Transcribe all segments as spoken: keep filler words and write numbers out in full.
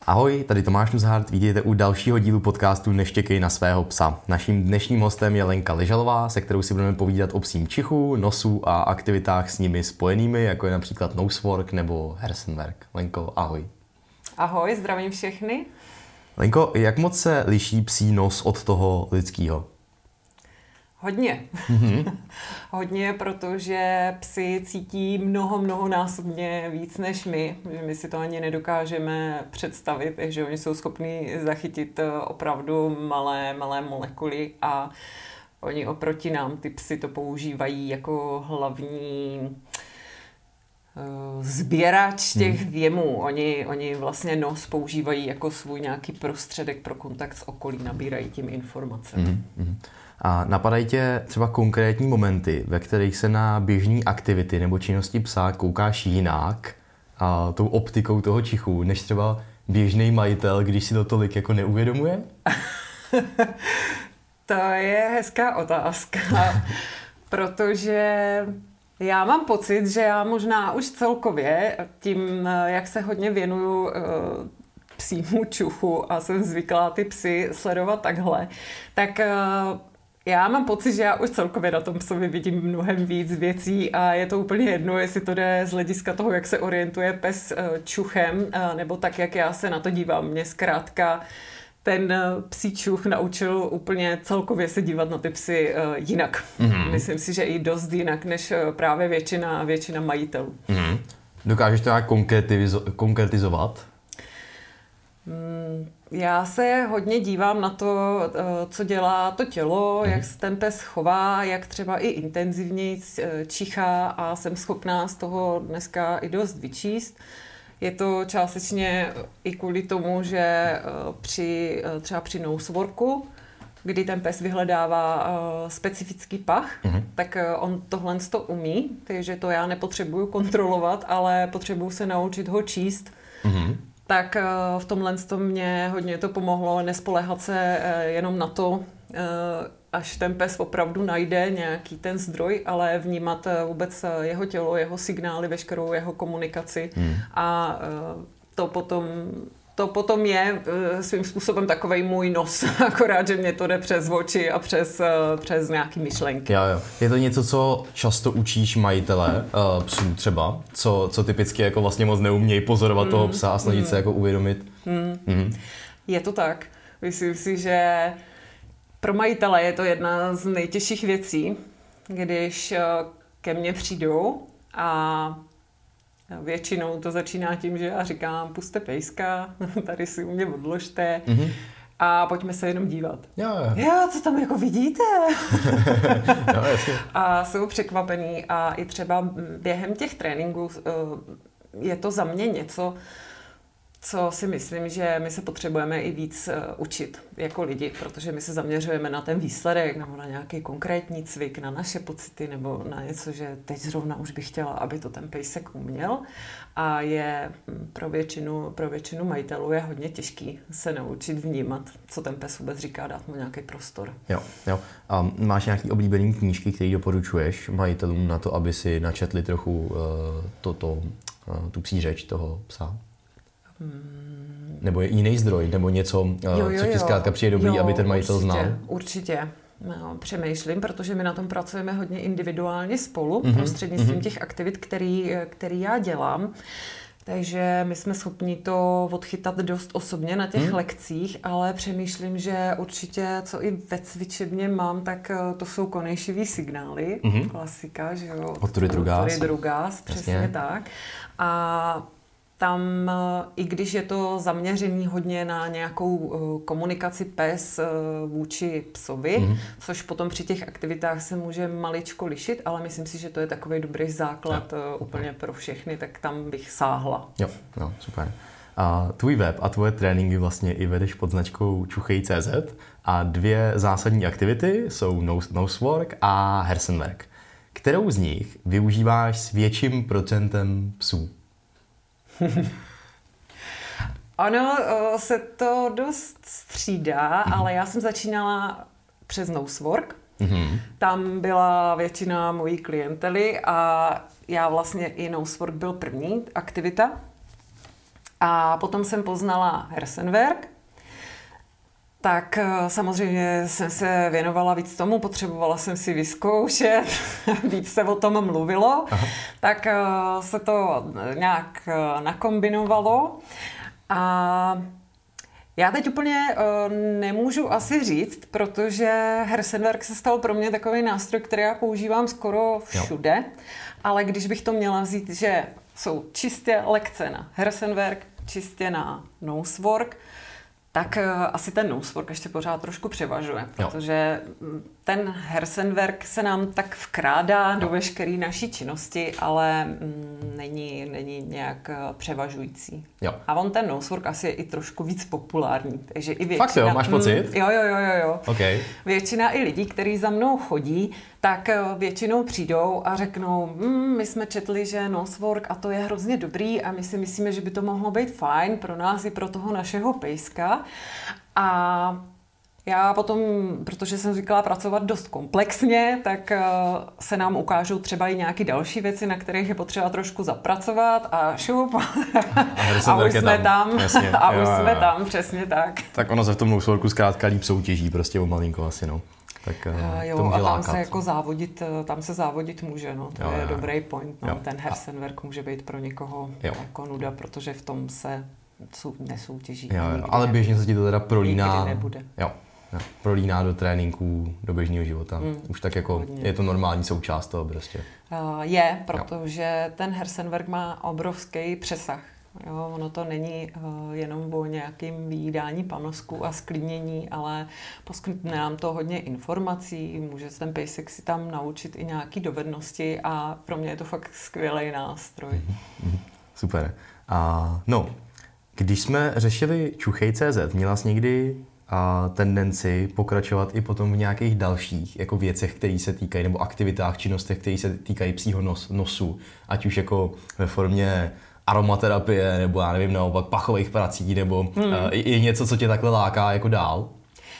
Ahoj, tady Tomáš Nuzhárt, vítejte u dalšího dílu podcastu Neštěkej na svého psa. Naším dnešním hostem je Lenka Ližalová, se kterou si budeme povídat o psím čichu, nosu a aktivitách s nimi spojenými, jako je například nosework nebo hersenwerk. Lenko, ahoj. Ahoj, zdravím všechny. Lenko, jak moc se liší psí nos od toho lidského? Hodně. Mm-hmm. Hodně, protože psi cítí mnoho, mnoho násobně víc než my. My si to ani nedokážeme představit, že oni jsou schopni zachytit opravdu malé, malé molekuly a oni oproti nám, ty psy, to používají jako hlavní sběrač těch hmm. věmů. Oni, oni vlastně nos používají jako svůj nějaký prostředek pro kontakt s okolí, nabírají tím informace. Hmm. Hmm. A napadají tě třeba konkrétní momenty, ve kterých se na běžné aktivity nebo činnosti psa koukáš jinak a tou optikou toho čichu, než třeba běžný majitel, když si to tolik jako neuvědomuje? To je hezká otázka, protože já mám pocit, že já možná už celkově tím, jak se hodně věnuju psímu čuchu a jsem zvyklá ty psy sledovat takhle, tak já mám pocit, že já už celkově na tom psovi vidím mnohem víc věcí a je to úplně jedno, jestli to jde z hlediska toho, jak se orientuje pes čuchem, nebo tak, jak já se na to dívám. Mě zkrátka ten psí čuch naučil úplně celkově se dívat na ty psy jinak. Mm-hmm. Myslím si, že i dost jinak, než právě většina, většina majitelů. Mm-hmm. Dokážeš to nějak konkretizo- konkretizovat? Mm, já se hodně dívám na to, co dělá to tělo, mm-hmm. jak se ten pes chová, jak třeba i intenzivněji čichá a jsem schopná z toho dneska i dost vyčíst. Je to částečně i kvůli tomu, že při, třeba při noseworku, kdy ten pes vyhledává specifický pach, mm-hmm. tak on tohle to umí, takže to já nepotřebuju kontrolovat, ale potřebuju se naučit ho číst. Mm-hmm. Tak v tomhle to mě hodně to pomohlo nespoléhat se jenom na to, až ten pes opravdu najde nějaký ten zdroj, ale vnímat vůbec jeho tělo, jeho signály, veškerou jeho komunikaci. Hmm. A to potom, to potom je svým způsobem takovej můj nos, akorát, že mě to jde přes oči a přes, přes nějaký myšlenky. Jo, jo. Je to něco, co často učíš majitele uh, psů třeba, co, co typicky jako vlastně moc neumějí pozorovat hmm. toho psa a snažit hmm. se jako uvědomit? Hmm. Hmm. Je to tak. Myslím si, že pro majitele je to jedna z nejtěžších věcí, když ke mně přijdou a většinou to začíná tím, že já říkám, puste pejska, tady si u mě odložte mm-hmm. a pojďme se jenom dívat. Jo, jo. jo co tam jako vidíte? jo, jasně. A jsou překvapený a i třeba během těch tréninků je to za mě něco, co si myslím, že my se potřebujeme i víc uh, učit jako lidi, protože my se zaměřujeme na ten výsledek, nebo na nějaký konkrétní cvik, na naše pocity, nebo na něco, že teď zrovna už bych chtěla, aby to ten pejsek uměl. A je pro většinu, pro většinu majitelů je hodně těžký se naučit vnímat, co ten pes vůbec říká, dát mu nějaký prostor. Jo, jo. A máš nějaký oblíbený knížky, které doporučuješ majitelům na to, aby si načetli trochu uh, toto, uh, tu psí řeč toho psa? Hmm. Nebo je jiný zdroj, nebo něco, jo, jo, co ti zkrátka přijde dobrý, jo, aby ten majitel určitě, znal? Určitě. No, přemýšlím, protože my na tom pracujeme hodně individuálně spolu, mm-hmm. prostřednictvím mm-hmm. těch aktivit, který, který já dělám. Takže my jsme schopni to odchytat dost osobně na těch mm. lekcích, ale přemýšlím, že určitě, co i ve cvičebně mám, tak to jsou konejšivý signály. Mm-hmm. Klasika, že jo? Otury drugás. Otury drugás, přesně tak. A tam, i když je to zaměřený hodně na nějakou komunikaci pes vůči psovi, mm. což potom při těch aktivitách se může maličko lišit, ale myslím si, že to je takový dobrý základ jo, úplně pro všechny, tak tam bych sáhla. Jo, no, super. A tvůj web a tvoje tréninky vlastně i vedeš pod značkou čuchej tečka cé zet a dvě zásadní aktivity jsou nosework a hersenwerk. Kterou z nich využíváš s větším procentem psů? Ono se to dost střídá, mm-hmm. ale já jsem začínala přes nosework. Mm-hmm. Tam byla většina mojí klientely a já vlastně i nosework byl první aktivita. A potom jsem poznala Hersenwerk. Tak samozřejmě jsem se věnovala víc tomu, potřebovala jsem si vyzkoušet, víc se o tom mluvilo, Aha. tak se to nějak nakombinovalo a já teď úplně nemůžu asi říct, protože Hersenwerk se stal pro mě takový nástroj, který já používám skoro všude, jo. ale když bych to měla vzít, že jsou čistě lekce na Hersenwerk, čistě na Nosework, tak asi ten Nosework ještě pořád trošku převažuje, protože jo. ten Hersenwerk se nám tak vkrádá jo. do veškeré naší činnosti, ale mm, není, není nějak převažující. Jo. A on ten Nosework asi je i trošku víc populární. Takže i většina, Fakt jo, máš pocit? Mm, jo, jo, jo, jo. jo. Okay. Většina i lidí, kteří za mnou chodí, tak většinou přijdou a řeknou, mm, my jsme četli, že Nosework a to je hrozně dobrý a my si myslíme, že by to mohlo být fajn pro nás i pro toho našeho pejska. A já potom, protože jsem zvykla pracovat dost komplexně, tak se nám ukážou třeba i nějaké další věci, na kterých je potřeba trošku zapracovat a šup. A, a už jsme tam. tam. Jasně. A jo, už jo, jsme jo. tam, přesně tak. Tak ono se v tom Noseworku zkrátka líp soutěží, prostě o malinko asi, no. Tak uh, jo, to může a tam lákat. se jako závodit, tam se závodit může, no. To jo, je jo. dobrý point, no. Jo. Ten Hersenwerk může být pro někoho jo. jako nuda, protože v tom se sou, nesoutěží. Jo, jo. Ale běžně se ti to teda prolíná. nebude. Jo. Jo. Prolíná do tréninků, do běžného života. Mm, Už tak jako hodně. Je to normální součást toho prostě. Uh, je, protože jo. ten Hersenwerk má obrovský přesah. Jo, ono to není uh, jenom o nějakém vyjídání panosků a sklidnění, ale poskytne nám to hodně informací, může ten pejsek si tam naučit i nějaké dovednosti a pro mě je to fakt skvělý nástroj. Mm-hmm. Super. Uh, no, když jsme řešili Čuchej tečka cé zet, měla jsi někdy a tendenci pokračovat i potom v nějakých dalších jako věcech, které se týkají, nebo aktivitách, činnostech, které se týkají psího nos, nosu, ať už jako ve formě aromaterapie, nebo já nevím, naopak pachových prací, nebo hmm. uh, i, i něco, co tě takhle láká jako dál?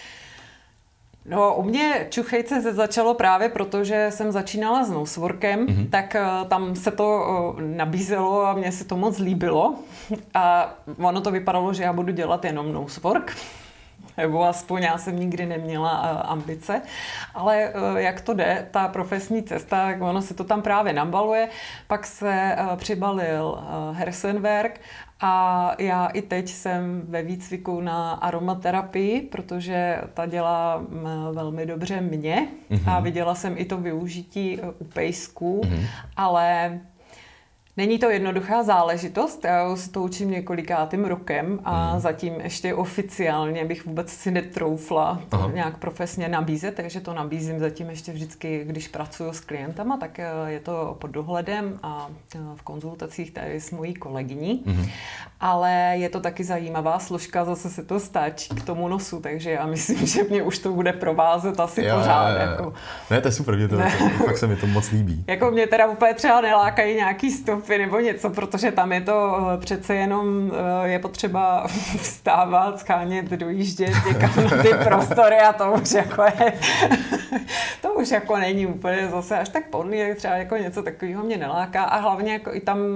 No, u mě Čuchej tečka cé zet začalo právě proto, že jsem začínala s Noseworkem, mm-hmm. tak uh, tam se to uh, nabízelo a mně se to moc líbilo. A ono to vypadalo, že já budu dělat jenom Nosework. Nebo aspoň já jsem nikdy neměla uh, ambice, ale uh, jak to jde, ta profesní cesta, tak ono se to tam právě nabaluje, pak se uh, přibalil uh, Hersenwerk a já i teď jsem ve výcviku na aromaterapii, protože ta dělá uh, velmi dobře mě mm-hmm. a viděla jsem i to využití uh, u pejsků, mm-hmm. ale není to jednoduchá záležitost, já si to učím několikátým rokem a hmm. zatím ještě oficiálně bych vůbec si netroufla to nějak profesně nabízet, takže to nabízím zatím ještě vždycky, když pracuji s klientama, tak je to pod dohledem a v konzultacích tady s mojí kolegyní, hmm. ale je to taky zajímavá složka, zase se to stáčí k tomu nosu, takže já myslím, že mě už to bude provázet asi jo, pořád. Jo, jo. Jako. Ne, to je super, mě to, to, fakt se mi to moc líbí. Jako mě teda úplně třeba nelákají nějaký stop nebo něco, protože tam je to přece jenom, je potřeba vstávat, schánět, dojíždět někam na ty prostory a to už jako je, to už jako není úplně zase až tak podlý, třeba jako něco takového mě neláká a hlavně jako i tam,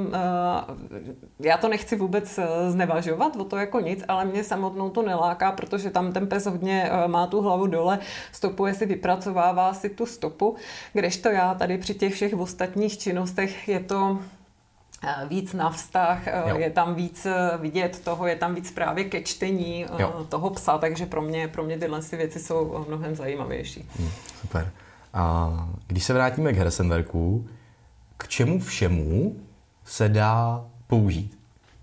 já to nechci vůbec znevažovat, o to jako nic, ale mě samotnou to neláká, protože tam ten pes hodně má tu hlavu dole, stopuje si, vypracovává si tu stopu, kdežto já tady při těch všech ostatních činnostech je to víc na vztah, jo. je tam víc vidět toho, je tam víc právě ke čtení jo. toho psa, takže pro mě, pro mě tyhle věci jsou mnohem zajímavější. Hmm, super. A když se vrátíme k Hersenwerku, k čemu všemu se dá použít?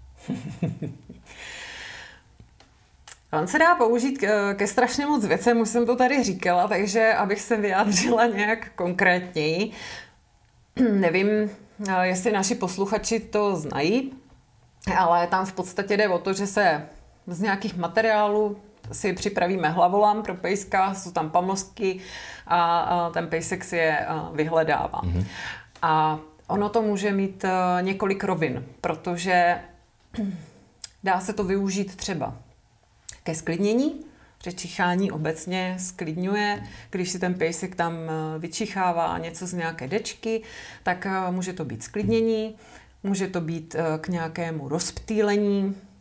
On se dá použít ke, ke strašně moc věcem, už jsem to tady říkala, takže abych se vyjádřila nějak konkrétněji, nevím, jestli naši posluchači to znají, ale tam v podstatě jde o to, že se z nějakých materiálů si připravíme hlavolam pro pejska, jsou tam pamlsky a ten pejsek si je vyhledává. Mm-hmm. A ono to může mít několik rovin, protože dá se to využít třeba ke sklidnění, že čichání obecně sklidňuje, když si ten pejsek tam vyčichává něco z nějaké dečky, tak může to být sklidnění, může to být k nějakému rozptýlení,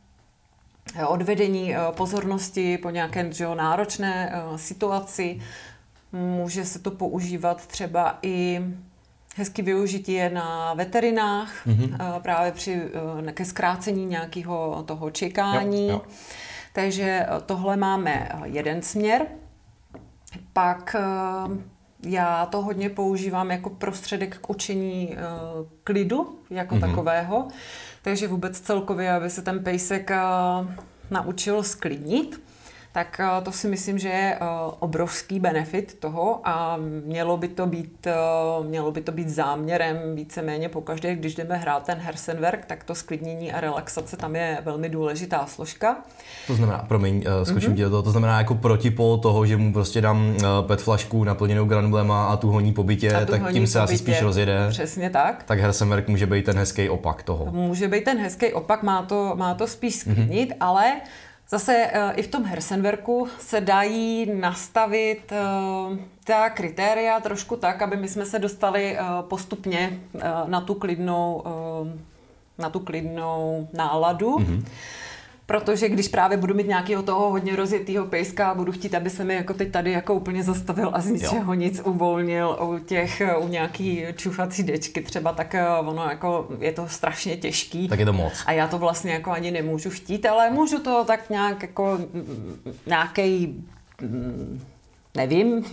odvedení pozornosti po nějaké že, náročné situaci. Může se to používat třeba i hezky využití je na veterinách, mm-hmm. právě při ke zkrácení nějakého toho čekání. Jo, jo. Takže tohle máme jeden směr. Pak já to hodně používám jako prostředek k učení klidu jako mm-hmm. takového. Takže vůbec celkově, aby se ten pejsek naučil sklidnit. Tak to si myslím, že je obrovský benefit toho a mělo by to být, mělo by to být záměrem víceméně pokaždé, když jdeme hrát ten Hersenwerk, tak to sklidnění a relaxace tam je velmi důležitá složka. To znamená, promiň, skočím mm-hmm. ti do toho, to znamená jako protipol toho, že mu prostě dám pet flašku naplněnou granulema a tu honí po bytě, tak tím se asi spíš rozjede. Přesně tak. Tak Hersenwerk může být ten hezký opak toho. Může být ten hezký opak, má to, má to spíš sklidnit, mm-hmm. ale zase i v tom Hersenwerku se dají nastavit ta kritéria trošku tak, aby my jsme se dostali postupně na tu klidnou, na tu klidnou náladu. Mm-hmm. Protože když právě budu mít nějakého toho hodně rozjetýho pejska a budu chtít, aby se mi jako teď tady jako úplně zastavil a z ničeho nic uvolnil u těch, u nějaký čuchací dečky třeba, tak ono jako je to strašně těžký. Tak je to moc. A já to vlastně jako ani nemůžu chtít, ale můžu to tak nějak jako nějakej, nevím,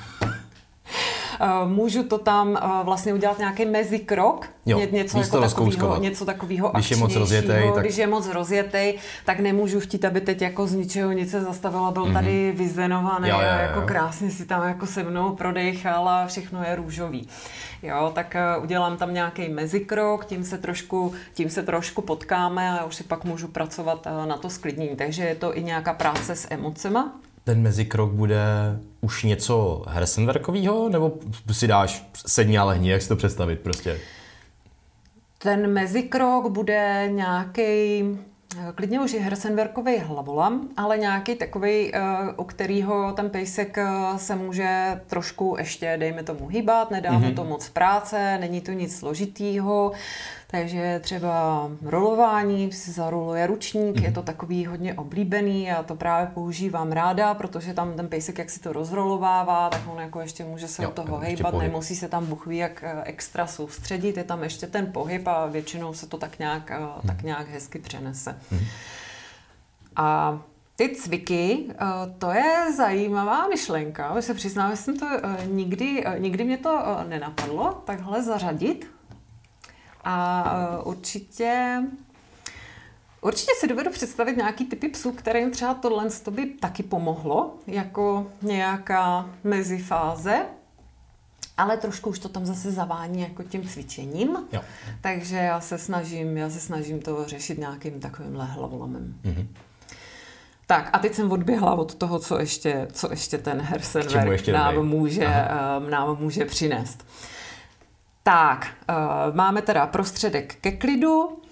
můžu to tam vlastně udělat nějaký mezikrok, jo, něco, jako takovýho, něco takového když je moc rozjetej, tak... Když je moc rozjetej, tak nemůžu chtít, aby teď jako z ničeho nic se zastavila, byl mm-hmm. tady vyzenovaný jo, jo, jo. a jako krásně si tam jako se mnou prodejchal a všechno je růžový. Jo, tak udělám tam nějaký mezikrok, tím se trošku, tím se trošku potkáme a už si pak můžu pracovat na to sklidnění. Takže je to i nějaká práce s emocema. Ten mezikrok bude už něco Hersenwerkovýho, nebo si dáš sedni a lehni, jak si to představit prostě? Ten mezikrok bude nějaký, klidně už je Hersenwerkový hlavolam, ale nějaký takový, u kterého ten pejsek se může trošku ještě, dejme tomu, hýbat, nedá mu mm-hmm. to moc práce, není to nic složitýho. Takže třeba rolování, si zaroluje ručník, mm-hmm. je to takový hodně oblíbený, já to právě používám ráda, protože tam ten pejsek, jak si to rozrolovává, tak on jako ještě může se od toho hejbat, nemusí se tam buchví jak extra soustředit, je tam ještě ten pohyb a většinou se to tak nějak, mm-hmm. tak nějak hezky přenese. Mm-hmm. A ty cviky, to je zajímavá myšlenka, já se přiznám, že jsem to nikdy, nikdy mě to nenapadlo takhle zařadit. A určitě, určitě si dovedu představit nějaký typy psů, kterým třeba tohle by taky pomohlo, jako nějaká mezifáze, ale trošku už to tam zase zavání jako tím cvičením. Jo. Takže já se snažím, já se snažím to řešit nějakým takovýmhle hlavolamem. Mm-hmm. Tak a teď jsem odběhla od toho, co ještě, co ještě ten Hersenwerk nám může, nám může přinést. Tak, uh, máme teda prostředek ke klidu. Uh,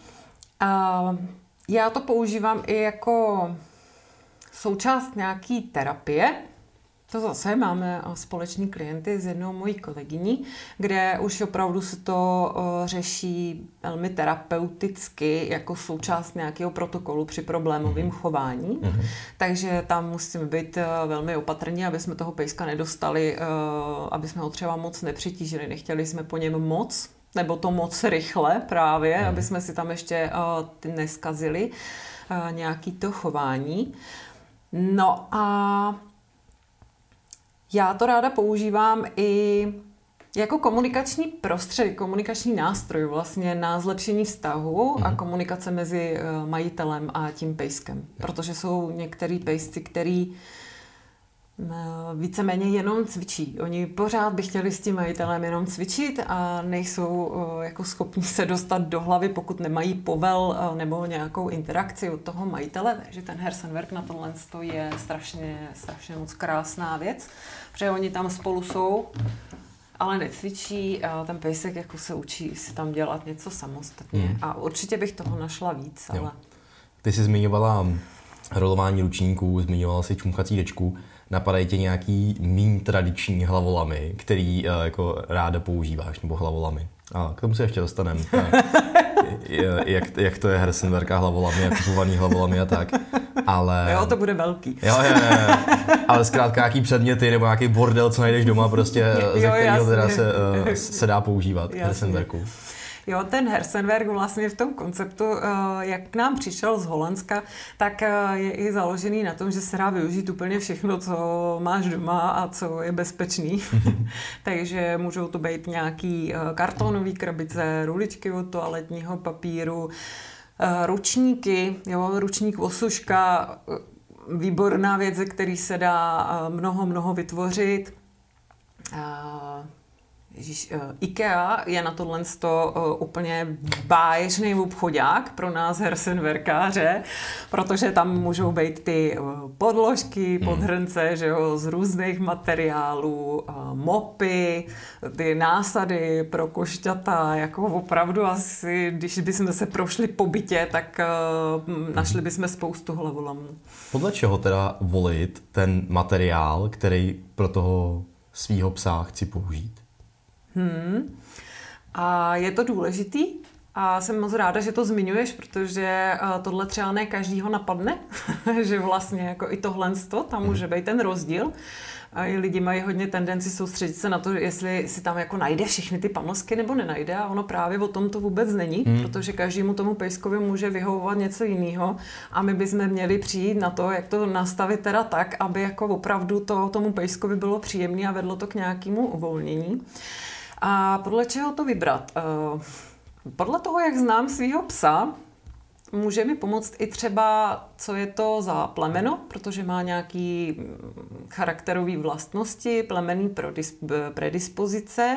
já to používám i jako součást nějaký terapie. To zase máme společný klienty s jednou mojí kolegyní, kde už opravdu se to uh, řeší velmi terapeuticky jako součást nějakého protokolu při problémovém chování. Mm-hmm. Takže tam musíme být uh, velmi opatrní, aby jsme toho pejska nedostali, uh, aby jsme ho třeba moc nepřitížili. Nechtěli jsme po něm moc, nebo to moc rychle právě, mm-hmm. aby jsme si tam ještě uh, neskazili uh, nějaký to chování. No a já to ráda používám i jako komunikační prostředek, komunikační nástroj vlastně na zlepšení vztahu mm. a komunikace mezi majitelem a tím pejskem. Protože jsou některý pejsci, který víceméně jenom cvičí. Oni pořád by chtěli s tím majitelem jenom cvičit a nejsou jako schopni se dostat do hlavy, pokud nemají povel nebo nějakou interakci od toho majitele. Takže ten Hersenwerk na tohle je strašně, strašně moc krásná věc, protože oni tam spolu jsou, ale necvičí a ten pejsek jako se učí si tam dělat něco samostatně. Mm. A určitě bych toho našla víc. Ale... Ty jsi zmiňovala rolování ručníků, zmiňovala si čumchací dečku. Napadají tě nějaký míň tradiční hlavolamy, který uh, jako ráda používáš, nebo hlavolamy? A k tomu se ještě dostaneme. jak, jak to je Hersenberka hlavolamy a kupovaný hlavolamy a tak. Ale... Jo, to bude velký. Jo, jo, jo. Ale zkrátka nějaký předměty nebo nějaký bordel, co najdeš doma, prostě, jo, ze kterého teda se, se dá používat Hersenberku. Jo, ten Hersenberg vlastně v tom konceptu, jak k nám přišel z Holandska, tak je i založený na tom, že se dá využít úplně všechno, co máš doma a co je bezpečný. Takže můžou to být nějaký kartonové krabice, ruličky od toaletního papíru, ručníky, jo, ručník osuška, výborná věc, ze který se dá mnoho, mnoho vytvořit. Ježíš, IKEA je na tohle sto úplně báječný obchodák pro nás hersenverkáře, protože tam můžou být ty podložky, podhrnce, že jo, z různých materiálů, mopy, ty násady pro košťata, jako opravdu asi, když bychom se prošli po bytě, tak našli bychom spoustu hlavolamů. Podle čeho teda volit ten materiál, který pro toho svýho psa chci použít? Hmm. A je to důležitý a jsem moc ráda, že to zmiňuješ, protože tohle třeba ne každýho napadne, že vlastně jako i tohle tam může být ten rozdíl. A i lidi mají hodně tendenci soustředit se na to, jestli si tam jako najde všechny ty pamlsky nebo nenajde a ono právě o tom to vůbec není, hmm. protože každému tomu pejskovi může vyhovovat něco jiného a my bychom měli přijít na to, jak to nastavit teda tak, aby jako opravdu to tomu pejskovi bylo příjemné a vedlo to k nějakému uvolnění. A podle čeho to vybrat? Podle toho, jak znám svýho psa, může mi pomoct i třeba, co je to za plemeno, protože má nějaký charakterové vlastnosti, plemenný predispozice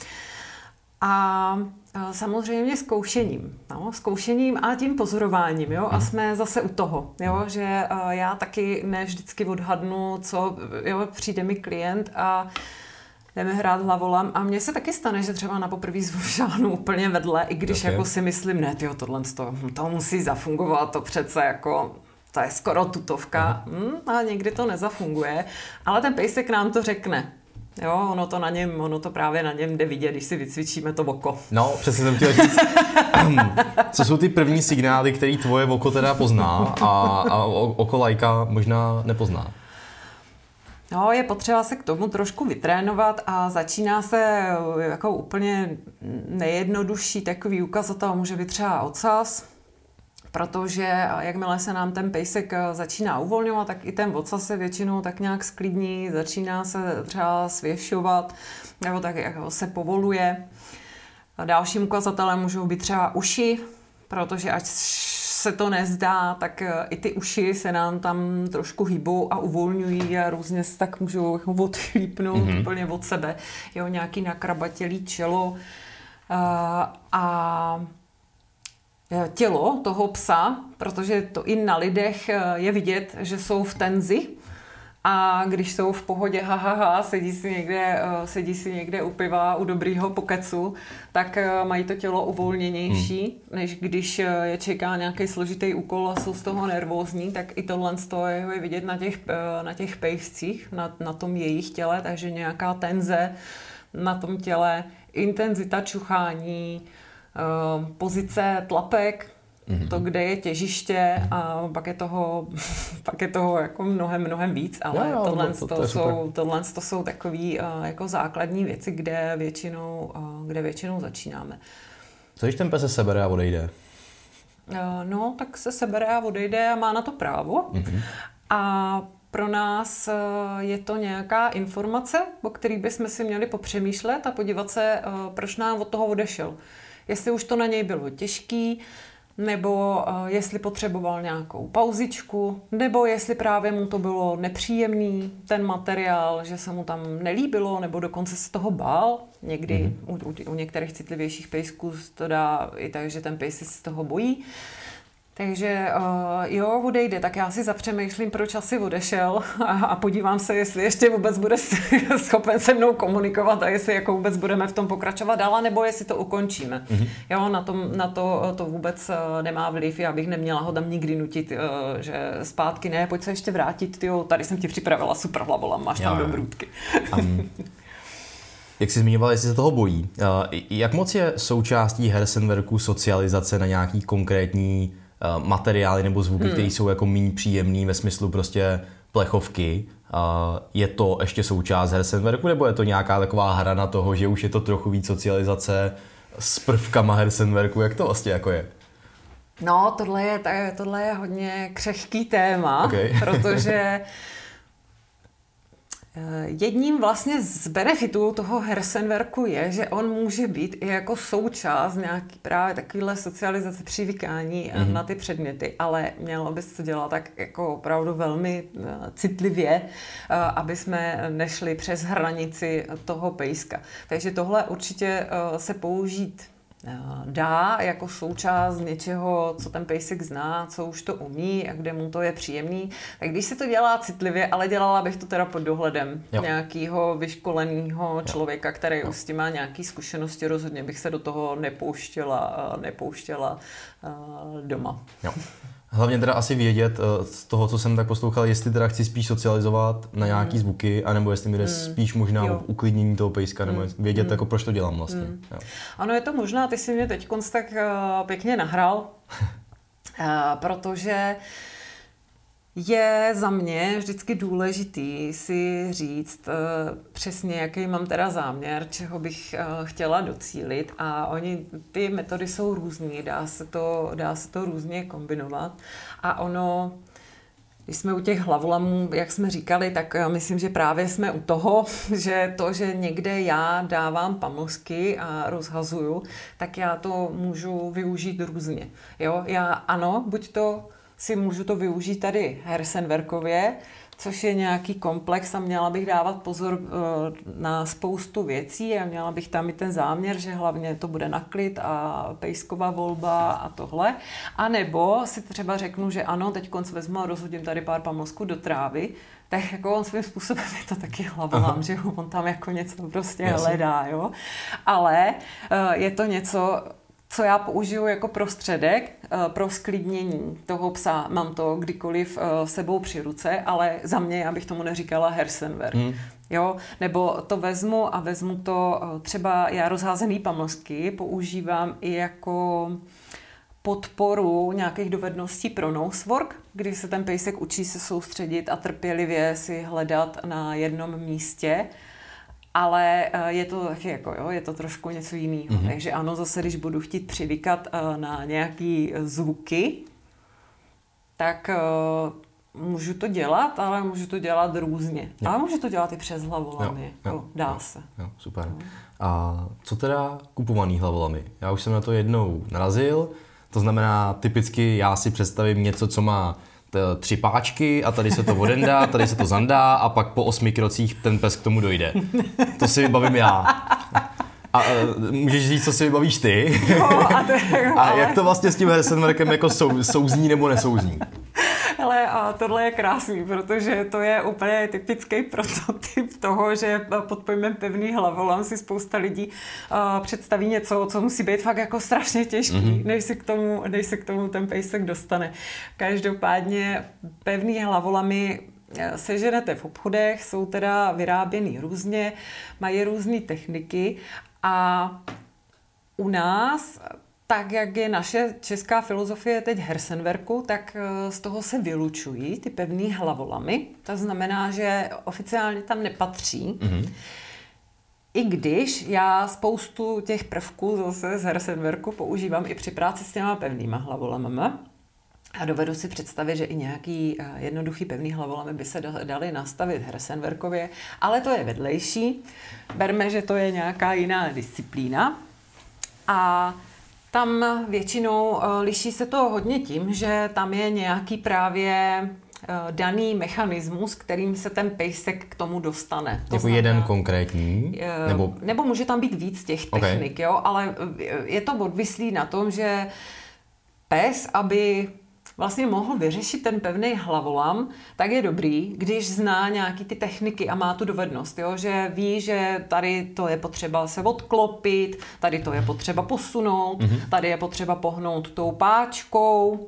a samozřejmě zkoušením. No, zkoušením a tím pozorováním. Jo? A jsme zase u toho, jo? Že já taky ne vždycky odhadnu, co jo, přijde mi klient a jdeme hrát hlavolam a mně se taky stane, že třeba na poprvé šáhnu úplně vedle, i když okay. jako si myslím, ne, tyjo, tohle to, to musí zafungovat, to přece jako, to je skoro tutovka, hmm, a někdy to nezafunguje, ale ten pejsek nám to řekne. Jo, ono to na něm, ono to právě na něm jde vidět, když si vycvičíme to oko. No, přesně jsem chtěl říct, co jsou ty první signály, které tvoje oko teda pozná a, a oko lajka možná nepozná? No, je potřeba se k tomu trošku vytrénovat a začíná se jako úplně nejjednodušší takový ukazatel, může být třeba ocas, protože jakmile se nám ten pejsek začíná uvolňovat, tak i ten ocas se většinou tak nějak sklidní, začíná se třeba svěšovat, nebo tak jako se povoluje. A dalším ukazatelem můžou být třeba uši, protože ať se to nezdá, tak i ty uši se nám tam trošku hýbou a uvolňují a různě se tak můžou odchlípnout mm-hmm. úplně od sebe. Jo, nějaký nakrabatělý čelo a, a tělo toho psa, protože to i na lidech je vidět, že jsou v tenzi. A když jsou v pohodě, ha, ha, ha, sedí si někde, sedí si někde u piva, u dobrýho pokecu, tak mají to tělo uvolněnější, hmm. než když je čeká nějaký složitý úkol a jsou z toho nervózní, tak i tohle je vidět na těch, na těch pejscích, na, na tom jejich těle, takže nějaká tenze na tom těle, intenzita čuchání, pozice tlapek, Mm-hmm. to, kde je těžiště a pak je toho, pak je toho jako mnohem, mnohem víc, ale jo, jo, tohle, to, to, to jsou, tohle to jsou takový uh, jako základní věci, kde většinou, uh, kde většinou začínáme. Co když ten pes se sebere a odejde? Uh, no, tak se sebere a odejde a má na to právo. Mm-hmm. A pro nás uh, je to nějaká informace, o který bychom si měli popřemýšlet a podívat se, uh, proč nám od toho odešel. Jestli už to na něj bylo těžký, nebo uh, jestli potřeboval nějakou pauzičku, nebo jestli právě mu to bylo nepříjemný, ten materiál, že se mu tam nelíbilo, nebo dokonce se toho bál. Někdy mm-hmm. u, u, u některých citlivějších pejsků to dá i tak, že ten pejs se z toho bojí. Takže uh, jo, odejde, tak já si zapřemýšlím, proč asi odešel a, a podívám se, jestli ještě vůbec bude schopen se mnou komunikovat a jestli jako vůbec budeme v tom pokračovat dál, nebo jestli to ukončíme. Mm-hmm. Jo, na, tom, na to, to vůbec nemá vliv, já bych neměla ho tam nikdy nutit, uh, že zpátky ne, pojď se ještě vrátit, tyjo, tady jsem ti připravila super hlavolam, máš tam do brůdky. um. Jak jsi zmiňoval, jestli se toho bojí. Jak moc je součástí Hersenwerku socializace na nějaký konkrétní materiály nebo zvuky, hmm. které jsou jako méně příjemný ve smyslu prostě plechovky? Je to ještě součást Hersenwerku, nebo je to nějaká taková hra na toho, že už je to trochu víc socializace s prvkama Hersenwerku? Jak to vlastně jako je? No, tohle je, tohle je hodně křehký téma, okay. protože jedním vlastně z benefitů toho Hersenwerku je, že on může být i jako součást nějaký právě takovýhle socializace, přivykání mm-hmm. na ty předměty, ale mělo by se to dělat tak jako opravdu velmi citlivě, aby jsme nešli přes hranici toho pejska. Takže tohle určitě se použít dá jako součást něčeho, co ten pejsek zná, co už to umí a kde mu to je příjemný. Tak když se to dělá citlivě, ale dělala bych to teda pod dohledem jo. nějakého vyškoleného člověka, který jo. už s tím má nějaké zkušenosti, rozhodně bych se do toho nepouštěla, nepouštěla doma. Jo. Hlavně teda asi vědět z toho, co jsem tak poslouchal, jestli teda chci spíš socializovat na nějaký mm. zvuky, anebo jestli mi jde mm. spíš možná jo. uklidnění toho pejska, nebo mm. vědět, mm. jako proč to dělám vlastně. Mm. Jo. Ano, je to možná, ty jsi mě teď tak uh, pěkně nahral, uh, protože je za mě vždycky důležitý si říct uh, přesně, jaký mám teda záměr, čeho bych uh, chtěla docílit a oni, ty metody jsou různý, dá se to, dá se to různě kombinovat a ono, když jsme u těch hlavolamů, jak jsme říkali, tak uh, myslím, že právě jsme u toho, že to, že někde já dávám pamlsky a rozhazuju, tak já to můžu využít různě. Jo? Já ano, buď to si můžu to využít tady Hersenwerkově, což je nějaký komplex a měla bych dávat pozor na spoustu věcí a měla bych tam i ten záměr, že hlavně to bude na klid a pejsková volba a tohle. A nebo si třeba řeknu, že ano, teď konc vezmu a rozhodím tady pár pamlsků do trávy, tak jako on svým způsobem je to taky hlavolám, že on tam jako něco prostě Jasně. hledá, jo. Ale je to něco, co já použiju jako prostředek pro sklidnění toho psa. Mám to kdykoliv sebou při ruce, ale za mě, já bych tomu neříkala Hersenwerk. Hmm. Jo? Nebo to vezmu a vezmu to třeba, já rozházený pamlsky používám i jako podporu nějakých dovedností pro nosework, kdy se ten pejsek učí se soustředit a trpělivě si hledat na jednom místě. Ale je to taky jako, jo, je to trošku něco jiného. Mm-hmm. Takže ano, zase, když budu chtít přivykat na nějaký zvuky, tak uh, můžu to dělat, ale můžu to dělat různě. Jo. Ale můžu to dělat i přes hlavolamy. Jo, jo, dá jo, se. Jo, super. No. A co teda kupovaný hlavolamy? Já už jsem na to jednou narazil. To znamená, typicky já si představím něco, co má tři páčky a tady se to odendá, tady se to zandá a pak po osmi krocích ten pes k tomu dojde. To si vybavím já. A uh, můžeš říct, co si vybavíš ty? Jo, a, to, jo, a jak to vlastně s tím Hersenwerkem jako sou, souzní nebo nesouzní? Hele, a tohle je krásný, protože to je úplně typický prototyp toho, že pod pojmem pevný hlavolam si spousta lidí uh, představí něco, co musí být fakt jako strašně těžký, mm-hmm. než se k tomu, než se k tomu ten pejsek dostane. Každopádně pevný hlavolamy seženete v obchodech, jsou teda vyráběný různě, mají různé techniky a u nás, tak jak je naše česká filozofie teď Hersenwerku, tak z toho se vylučují ty pevný hlavolamy. To znamená, že oficiálně tam nepatří. Mm-hmm. I když já spoustu těch prvků zase z Hersenwerku používám i při práci s těma pevnýma hlavolamama. A dovedu si představit, že i nějaký jednoduchý pevný hlavolamy by se daly nastavit Hersenwerkově, ale to je vedlejší. Berme, že to je nějaká jiná disciplína. A tam většinou liší se to hodně tím, že tam je nějaký právě daný mechanismus, kterým se ten pejsek k tomu dostane. To jako znamená, jeden konkrétní? Nebo... nebo může tam být víc těch technik, okay. jo, ale je to odvislý na tom, že pes, aby vlastně mohl vyřešit ten pevný hlavolam, tak je dobrý, když zná nějaký ty techniky a má tu dovednost, jo? Že ví, že tady to je potřeba se odklopit, tady to je potřeba posunout, mm-hmm. tady je potřeba pohnout tou páčkou,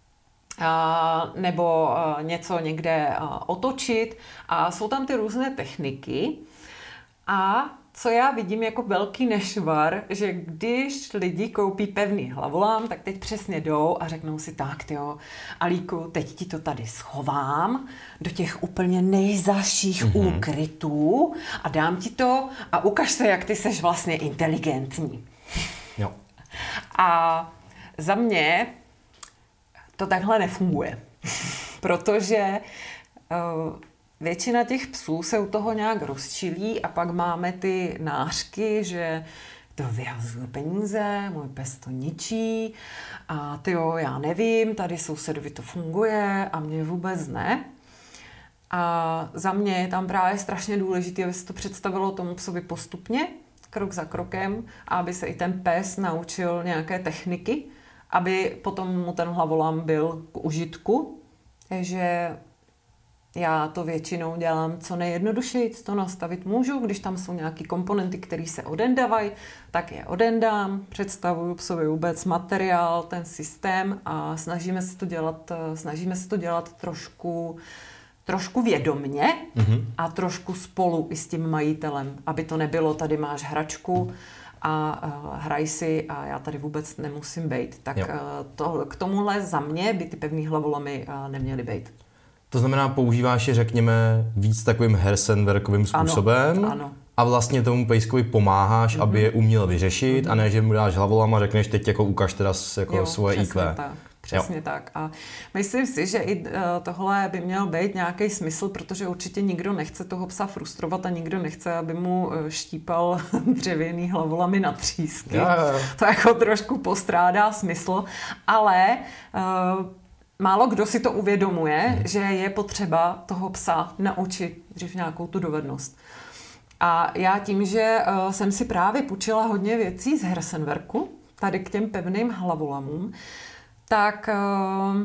a, nebo a, něco někde a, otočit a jsou tam ty různé techniky a co já vidím jako velký nešvar, že když lidi koupí pevný hlavolám, tak teď přesně jdou a řeknou si tak, jo, Alíku, teď ti to tady schovám do těch úplně nejzaších mm-hmm. úkrytů a dám ti to a ukaž se, jak ty seš vlastně inteligentní. Jo. A za mě to takhle nefunguje, protože uh, většina těch psů se u toho nějak rozčilí a pak máme ty nářky, že to vyhazuju peníze, můj pes to ničí a tyjo, já nevím, tady sousedovi to funguje a mě vůbec ne. A za mě je tam právě strašně důležité, aby se to představilo tomu psovi postupně, krok za krokem, a aby se i ten pes naučil nějaké techniky, aby potom mu ten hlavolám byl k užitku. Takže já to většinou dělám co nejjednodušeji, to nastavit můžu, když tam jsou nějaké komponenty, které se odendávají, tak je odendám, představuju psovi vůbec materiál, ten systém a snažíme se to dělat, snažíme se to dělat trošku, trošku vědomně mm-hmm. a trošku spolu i s tím majitelem, aby to nebylo, tady máš hračku a uh, hraj si a já tady vůbec nemusím bejt. Tak uh, to, k tomuhle za mě by ty pevný hlavolamy uh, neměly bejt. To znamená, používáš je, řekněme, víc takovým hersenwerkovým způsobem ano, ano. a vlastně tomu pejskovi pomáháš, mm-hmm. aby je uměl vyřešit mm-hmm. a ne, že mu dáš hlavolam a řekneš, teď jako ukaž teda jako jo, svoje í kvé. Tak. Přesně jo. tak. A myslím si, že i tohle by měl být nějaký smysl, protože určitě nikdo nechce toho psa frustrovat a nikdo nechce, aby mu štípal dřevěný hlavolamy na třísky. Jo, jo. To jako trošku postrádá smysl, ale uh, málo kdo si to uvědomuje, hmm. že je potřeba toho psa naučit dřív nějakou tu dovednost. A já tím, že uh, jsem si právě půjčila hodně věcí z hersenwerku, tady k těm pevným hlavolamům, tak uh,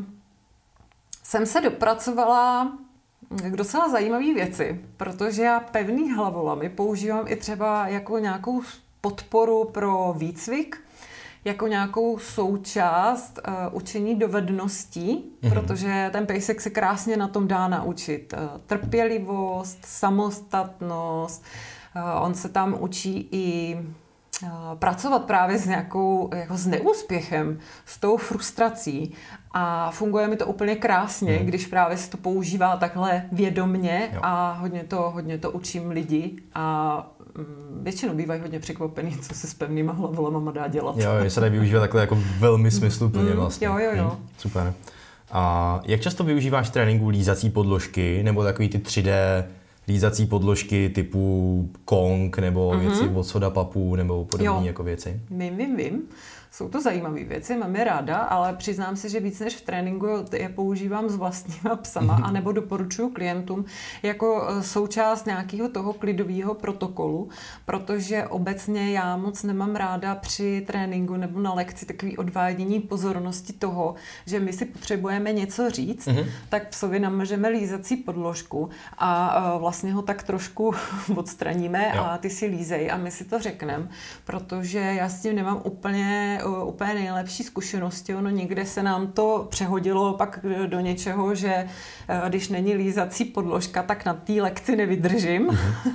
jsem se dopracovala k docela zajímavé věci, protože já pevný hlavolamy používám i třeba jako nějakou podporu pro výcvik, jako nějakou součást uh, učení dovedností, mm-hmm. protože ten pejsek se krásně na tom dá naučit. Uh, trpělivost, samostatnost, uh, on se tam učí i pracovat právě s nějakou jako s neúspěchem, s tou frustrací a funguje mi to úplně krásně, hmm. když právě se to používá takhle vědomně jo. a hodně to, hodně to učím lidi a mm, většinou bývají hodně překvapený, co se s pevnýma hlavolama dá dělat. Jo, je se dají využívat takhle jako velmi smysluplně vlastně. Jo, jo, jo. Hmm, super. A jak často využíváš v tréninku lízací podložky nebo takový ty tři dé lízací podložky typu Kong nebo mm-hmm. věci od Soda Papu nebo podobné jako věci? Vím, vím, vím. Jsou to zajímavé věci, mám je ráda, ale přiznám se, že víc než v tréninku je používám s vlastníma psama, mm-hmm. anebo doporučuji klientům jako součást nějakého toho klidového protokolu, protože obecně já moc nemám ráda při tréninku nebo na lekci takový odvádění pozornosti toho, že my si potřebujeme něco říct, mm-hmm. tak psovi namažeme lízací podložku a vlastně ho tak trošku odstraníme jo. a ty si lízej a my si to řekneme, protože já s tím nemám úplně úplně nejlepší zkušenosti. Ono někde se nám to přehodilo pak do něčeho, že když není lízací podložka, tak na té lekci nevydržím. Mm-hmm.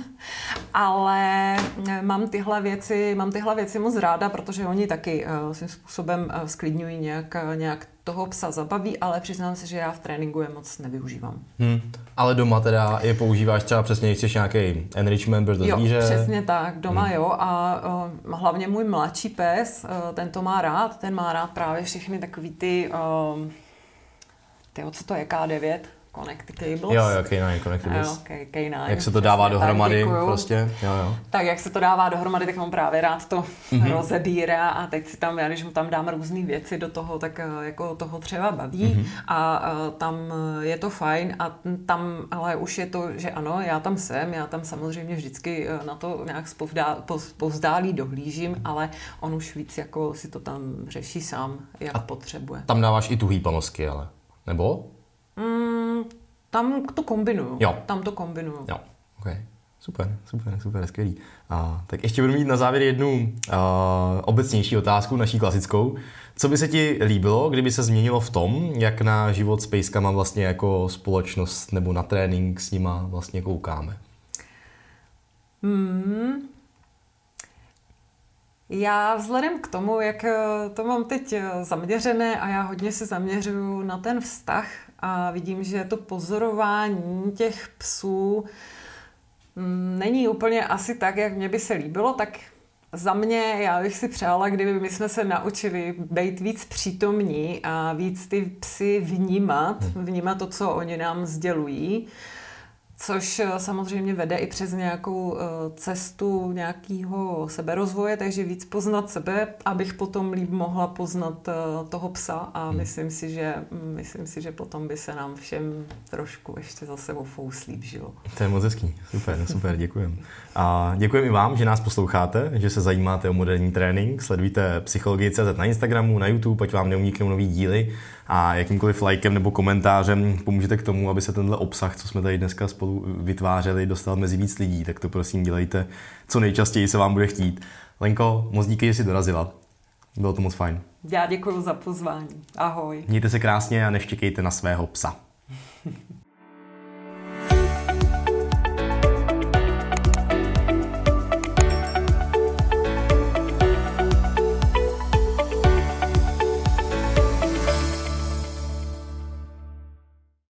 Ale mám tyhle věci, mám tyhle věci moc ráda, protože oni taky uh, svým způsobem uh, sklidňují nějak, nějak toho psa zabaví, ale přiznám se, že já v tréninku je moc nevyužívám. Hmm. Ale doma teda je používáš třeba přesně, když chceš nějaký enrichment pro to jo, zvíře? Jo, přesně tak, doma hmm. jo a uh, hlavně můj mladší pes, uh, ten to má rád, ten má rád právě všechny takový ty, uh, tyjo, co to je, ká devět? Connect Cables. Jo, jo, K nine Connectables. Jo, K nine. Jak se to dává dohromady tak, prostě. Jo, jo. Tak jak se to dává dohromady, tak mám právě rád to mm-hmm. rozebírá a teď si tam, já když mu tam dám různé věci do toho, tak jako toho třeba baví mm-hmm. a, a tam je to fajn a tam, ale už je to, že ano, já tam jsem, já tam samozřejmě vždycky na to nějak povzdálí dohlížím, ale on už víc jako si to tam řeší sám, jak a potřebuje. Tam dáváš i tuhý panosky, ale? Nebo? Mm, tam to kombinuju. Jo. Tam to kombinuju. Jo, ok. Super, super, super, skvělý. A, tak ještě budu mít na závěr jednu a, obecnější otázku, naší klasickou. Co by se ti líbilo, kdyby se změnilo v tom, jak na život s pejskama vlastně jako společnost nebo na trénink s nima vlastně koukáme? Hmm, Já vzhledem k tomu, jak to mám teď zaměřené a já hodně se zaměřuju na ten vztah a vidím, že to pozorování těch psů není úplně asi tak, jak mě by se líbilo, tak za mě, já bych si přála, kdyby my jsme se naučili být víc přítomní a víc ty psy vnímat, vnímat to, co oni nám sdělují, což samozřejmě vede i přes nějakou cestu nějakého seberozvoje, takže víc poznat sebe, abych potom líp mohla poznat toho psa a hmm. myslím si, že, myslím si, že potom by se nám všem trošku ještě zase ofoust líp žilo. To je moc hezký. Super, super, děkujem. A děkujem i vám, že nás posloucháte, že se zajímáte o moderní trénink, sledujte Psychologii tečka cé zet na Instagramu, na YouTube, ať vám neuniknou nový díly a jakýmkoliv lajkem nebo komentářem pomůžete k tomu, aby se tenhle obsah, co jsme tady dneska spolu vytvářeli, dostal mezi víc lidí, tak to prosím dělejte, co nejčastěji se vám bude chtít. Lenko, moc díky, že jsi dorazila. Bylo to moc fajn. Já děkuji za pozvání. Ahoj. Mějte se krásně a neštěkejte na svého psa.